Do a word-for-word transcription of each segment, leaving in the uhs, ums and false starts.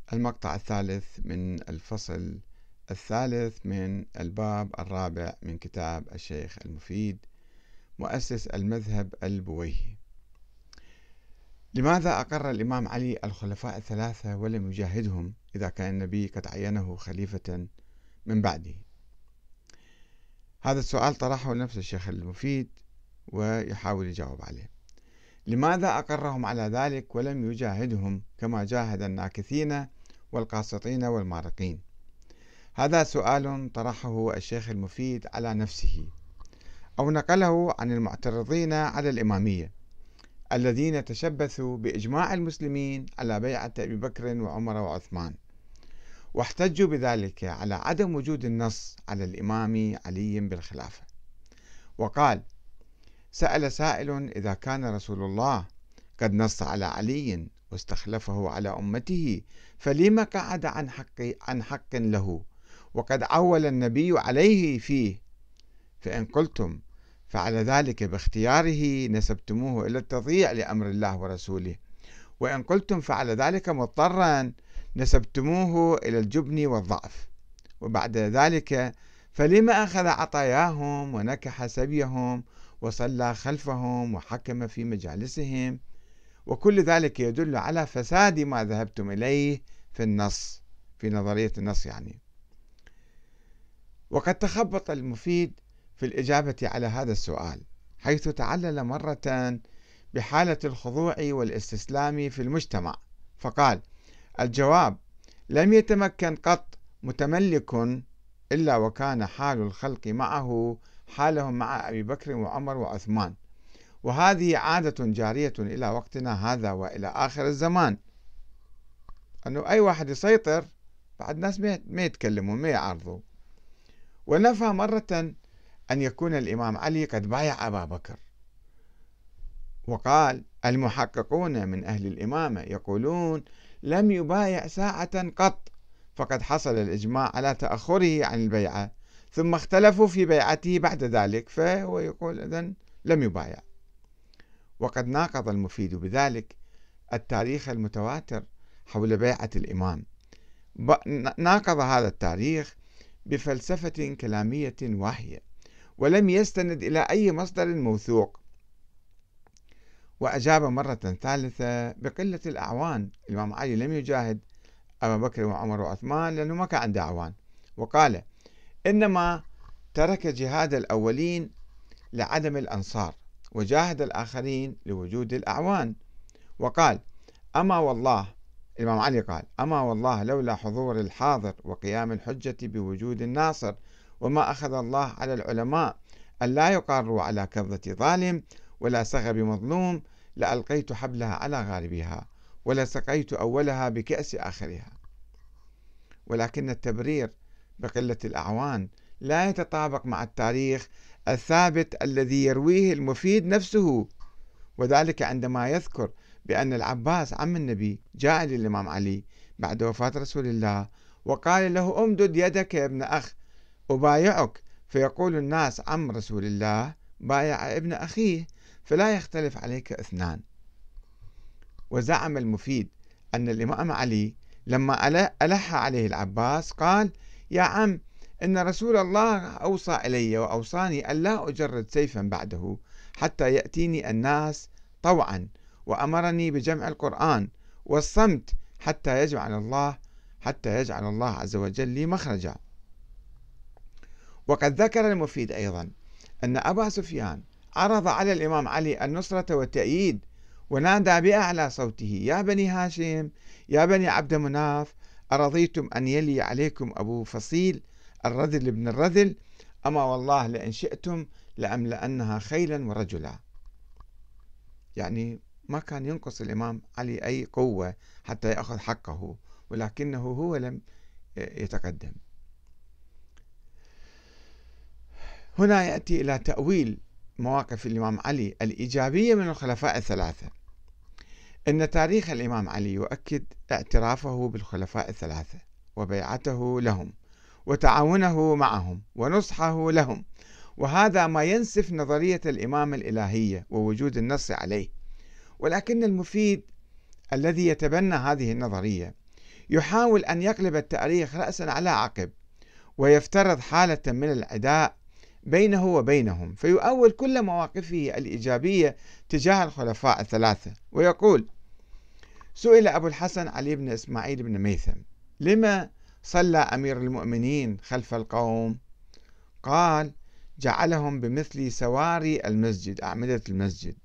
المقطع الثالث من الفصل الثالث من الباب الرابع من كتاب الشيخ المفيد مؤسس المذهب البويهي. لماذا أقر الإمام علي الخلفاء الثلاثة ولم يجاهدهم إذا كان النبي قد عينه خليفة من بعده؟ هذا السؤال طرحه نفس الشيخ المفيد ويحاول يجاوب عليه. لماذا أقرهم على ذلك ولم يجاهدهم كما جاهد الناكثين والقاسطين والمارقين؟ هذا سؤال طرحه الشيخ المفيد على نفسه، أو نقله عن المعترضين على الإمامية الذين تشبثوا بإجماع المسلمين على بيعة أبي بكر وعمر وعثمان، واحتجوا بذلك على عدم وجود النص على الإمام علي بالخلافة. وقال: سأل سائل: إذا كان رسول الله قد نص على علي واستخلفه على أمته فلما قعد عن حق عن حق له وقد عول النبي عليه فيه؟ فإن قلتم فعل ذلك باختياره نسبتموه إلى التضييع لأمر الله ورسوله، وإن قلتم فعل ذلك مضطرا نسبتموه إلى الجبن والضعف. وبعد ذلك فلما أخذ عطاياهم ونكح سبيهم وصلى خلفهم وحكم في مجالسهم؟ وكل ذلك يدل على فساد ما ذهبتم إليه في النص، في نظرية النص يعني. وقد تخبط المفيد في الإجابة على هذا السؤال، حيث تعلل مرة بحالة الخضوع والاستسلام في المجتمع، فقال: الجواب: لم يتمكن قط متملك إلا وكان حال الخلق معه حالهم مع أبي بكر وعمر وعثمان، وهذه عادة جارية إلى وقتنا هذا وإلى آخر الزمان، أنه أي واحد يسيطر بعد ناس ما يتكلمون ما يعارضوا. ونفى مرة أن يكون الإمام علي قد بايع أبا بكر، وقال: المحققون من أهل الإمامة يقولون لم يبايع ساعة قط، فقد حصل الإجماع على تأخره عن البيعة ثم اختلفوا في بيعته بعد ذلك، فهو يقول إذن لم يبايع. وقد ناقض المفيد بذلك التاريخ المتواتر حول بيعة الإمام، ناقض هذا التاريخ بفلسفة كلامية واهية، ولم يستند إلى أي مصدر موثوق. وأجاب مرة ثالثة بقلة الأعوان. الإمام علي لم يجاهد أبا بكر وعمر وعثمان لأنه ما كان عنده أعوان، وقال: إنما ترك جهاد الأولين لعدم الأنصار وجاهد الآخرين لوجود الأعوان. وقال: أما والله، الإمام علي قال: أما والله لولا حضور الحاضر وقيام الحجة بوجود الناصر وما أخذ الله على العلماء أن لا يقاروا على كظة ظالم ولا سغب مظلوم لألقيت حبلها على غاربها ولسقيت أولها بكأس آخرها. ولكن التبرير بقلة الأعوان لا يتطابق مع التاريخ الثابت الذي يرويه المفيد نفسه، وذلك عندما يذكر بأن العباس عم النبي جاء للإمام علي بعد وفاة رسول الله وقال له: أمدد يدك يا ابن أخ أبايعك، فيقول الناس: عم رسول الله بايع ابن أخيه، فلا يختلف عليك اثنان. وزعم المفيد أن الإمام علي لما ألح عليه العباس قال: يا عم، إن رسول الله أوصى إلي وأوصاني أن لا أجرد سيفا بعده حتى يأتيني الناس طوعا، وأمرني بجمع القرآن والصمت حتى يجعل الله حتى يجعل الله عز وجل لي مخرجا. وقد ذكر المفيد أيضا أن أبا سفيان عرض على الإمام علي النصرة والتأييد، ونادى بأعلى صوته: يا بني هاشم، يا بني عبد مناف، أرضيتم أن يلي عليكم أبو فصيل الرذل بن الرذل؟ أما والله لئن شئتم لأملأنها خيلا ورجلا. يعني ما كان ينقص الإمام علي أي قوة حتى يأخذ حقه، ولكنه هو لم يتقدم. هنا يأتي إلى تأويل مواقف الإمام علي الإيجابية من الخلفاء الثلاثة. إن تاريخ الإمام علي يؤكد اعترافه بالخلفاء الثلاثة وبيعته لهم وتعاونه معهم ونصحه لهم، وهذا ما ينسف نظرية الإمامة الإلهية ووجود النص عليه. ولكن المفيد الذي يتبنى هذه النظرية يحاول أن يقلب التاريخ رأسا على عقب، ويفترض حالة من العداء بينه وبينهم، فيؤول كل مواقفه الإيجابية تجاه الخلفاء الثلاثة، ويقول: سئل أبو الحسن علي بن إسماعيل بن ميثم: لما صلى أمير المؤمنين خلف القوم؟ قال: جعلهم بمثل سواري المسجد، أعمدة المسجد.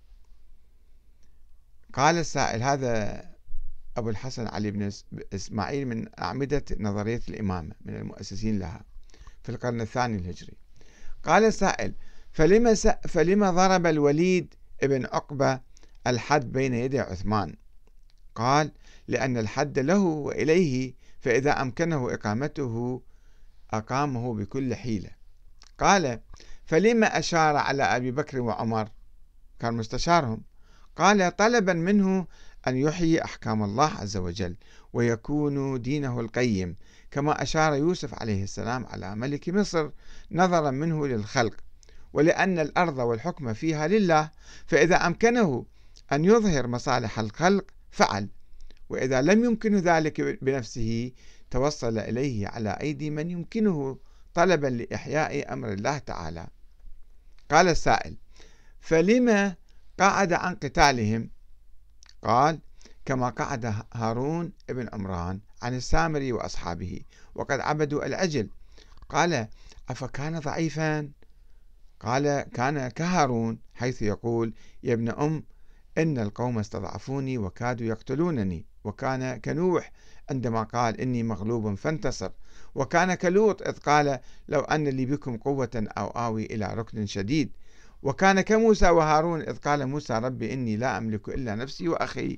قال السائل: هذا أبو الحسن علي بن إسماعيل من أعمدة نظرية الإمامة، من المؤسسين لها في القرن الثاني الهجري. قال السائل: فلما, س... فلما ضرب الوليد بن عقبة الحد بين يدي عثمان؟ قال: لأن الحد له وإليه، فإذا أمكنه إقامته أقامه بكل حيلة. قال: فلما أشار على أبي بكر وعمر؟ كان مستشارهم. قال: طلبا منه أن يحيي أحكام الله عز وجل ويكون دينه القيم، كما أشار يوسف عليه السلام على ملك مصر نظرا منه للخلق، ولأن الأرض والحكم فيها لله، فإذا أمكنه أن يظهر مصالح الخلق فعل، وإذا لم يمكن ذلك بنفسه توصل إليه على أيدي من يمكنه طلبا لإحياء أمر الله تعالى. قال السائل: فلما قعد عن قتالهم؟ قال: كما قعد هارون بن عمران عن السامري وأصحابه وقد عبدوا العجل. قال: أفكان ضعيفا؟ قال: كان كهارون، حيث يقول: يا ابن أم إن القوم استضعفوني وكادوا يقتلونني. وكان كنوح عندما قال: إني مغلوب فانتصر. وكان كلوط إذ قال: لو أن لي بكم قوة أو آوي إلى ركن شديد. وكان كموسى وهارون إذ قال موسى: ربي إني لا أملك إلا نفسي وأخي.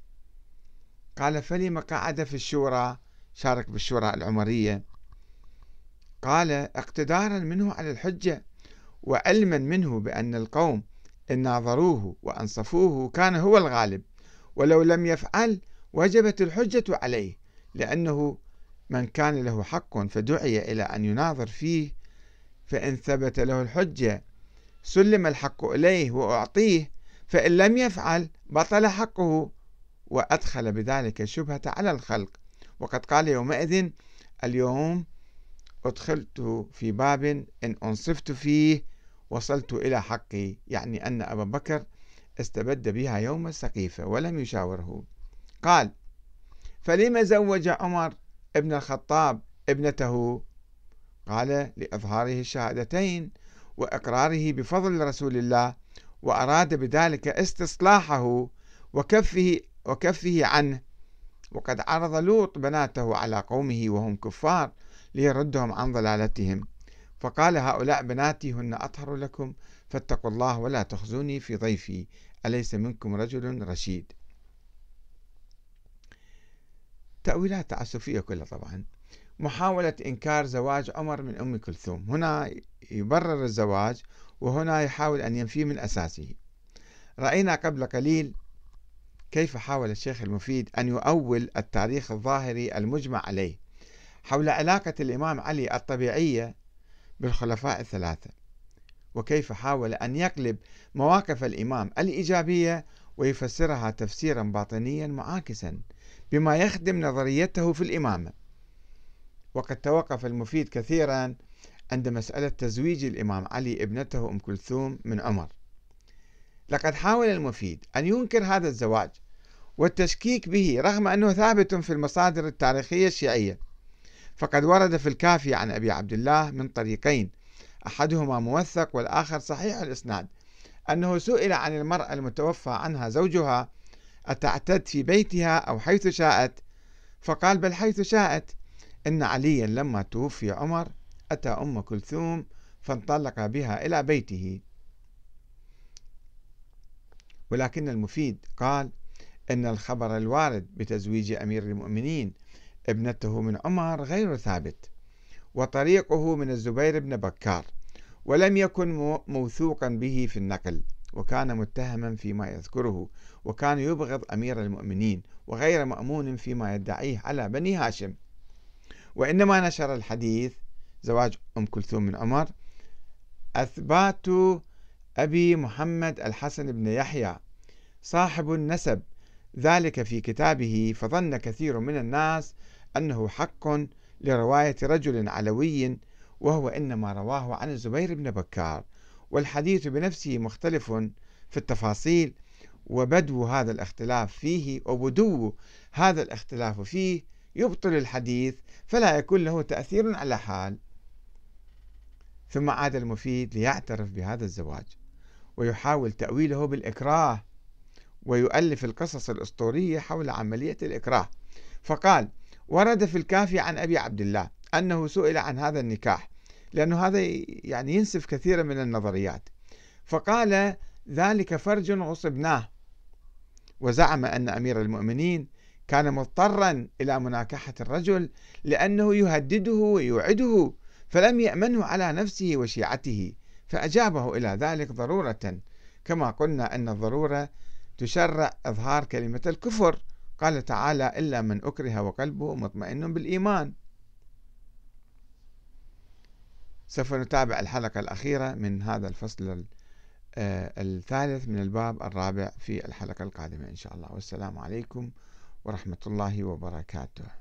قال: فلما قعد في الشورى، شارك بالشورى العمرية؟ قال: اقتدارا منه على الحجة، وعلما منه بأن القوم إن ناظروه وأنصفوه كان هو الغالب، ولو لم يفعل وجبت الحجة عليه، لأنه من كان له حق فدعي إلى أن يناظر فيه، فإن ثبت له الحجة سلم الحق إليه وأعطيه، فإن لم يفعل بطل حقه، وأدخل بذلك الشبهة على الخلق. وقد قال يومئذ: اليوم أدخلت في باب إن أنصفت فيه وصلت إلى حقي، يعني أن أبا بكر استبد بها يوم السقيفة ولم يشاوره. قال: فلما زوج عمر ابن الخطاب ابنته؟ قال: لإظهاره الشهادتين وإقراره بفضل رسول الله، وأراد بذلك استصلاحه وكفه, وكفه عنه. وقد عرض لوط بناته على قومه وهم كفار ليردهم عن ضلالتهم، فقال: هؤلاء بناتي هن أطهر لكم، فاتقوا الله ولا تخزوني في ضيفي، أليس منكم رجل رشيد. تأويلات تعسفية كلها طبعا. محاولة إنكار زواج عمر من أم كلثوم، هنا يبرر الزواج وهنا يحاول أن ينفيه من أساسه. رأينا قبل قليل كيف حاول الشيخ المفيد أن يؤول التاريخ الظاهري المجمع عليه حول علاقة الإمام علي الطبيعية بالخلفاء الثلاثة، وكيف حاول أن يقلب مواقف الإمام الإيجابية ويفسرها تفسيرا باطنيا معاكسا بما يخدم نظريته في الإمامة. وقد توقف المفيد كثيرا عند مسألة تزويج الإمام علي ابنته أم كلثوم من عمر. لقد حاول المفيد أن ينكر هذا الزواج والتشكيك به رغم أنه ثابت في المصادر التاريخية الشيعية، فقد ورد في الكافي عن أبي عبد الله من طريقين، أحدهما موثق والآخر صحيح الإسناد، أنه سئل عن المرأة المتوفى عنها زوجها أتعتد في بيتها أو حيث شاءت؟ فقال: بل حيث شاءت، إن عليا لما توفي عمر أتى أم كلثوم فانطلق بها إلى بيته. ولكن المفيد قال إن الخبر الوارد بتزويج أمير المؤمنين ابنته من عمر غير ثابت، وطريقه من الزبير بن بكار، ولم يكن موثوقا به في النقل، وكان متهما فيما يذكره، وكان يبغض أمير المؤمنين وغير مأمون فيما يدعيه على بني هاشم. وإنما نشر الحديث زواج أم كلثوم من عمر أثبات أبي محمد الحسن بن يحيى صاحب النسب ذلك في كتابه، فظن كثير من الناس أنه حق لرواية رجل علوي، وهو إنما رواه عن الزبير بن بكار، والحديث بنفسه مختلف في التفاصيل، وبدو هذا الاختلاف فيه وبدو هذا الاختلاف فيه يبطل الحديث، فلا يكون له تأثير على حال. ثم عاد المفيد ليعترف بهذا الزواج ويحاول تأويله بالإكراه، ويؤلف القصص الأسطورية حول عملية الإكراه. فقال: ورد في الكافي عن أبي عبد الله أنه سئل عن هذا النكاح، لأنه هذا يعني ينسف كثيرا من النظريات، فقال: ذلك فرج غصبناه. وزعم أن أمير المؤمنين كان مضطرا إلى مناكحة الرجل لأنه يهدده ويوعده، فلم يأمنه على نفسه وشيعته، فأجابه إلى ذلك ضرورة، كما قلنا أن الضرورة تشرع إظهار كلمة الكفر. قال تعالى: إلا من أكره وقلبه مطمئن بالإيمان. سوف نتابع الحلقة الأخيرة من هذا الفصل الثالث من الباب الرابع في الحلقة القادمة إن شاء الله، والسلام عليكم ورحمة الله وبركاته.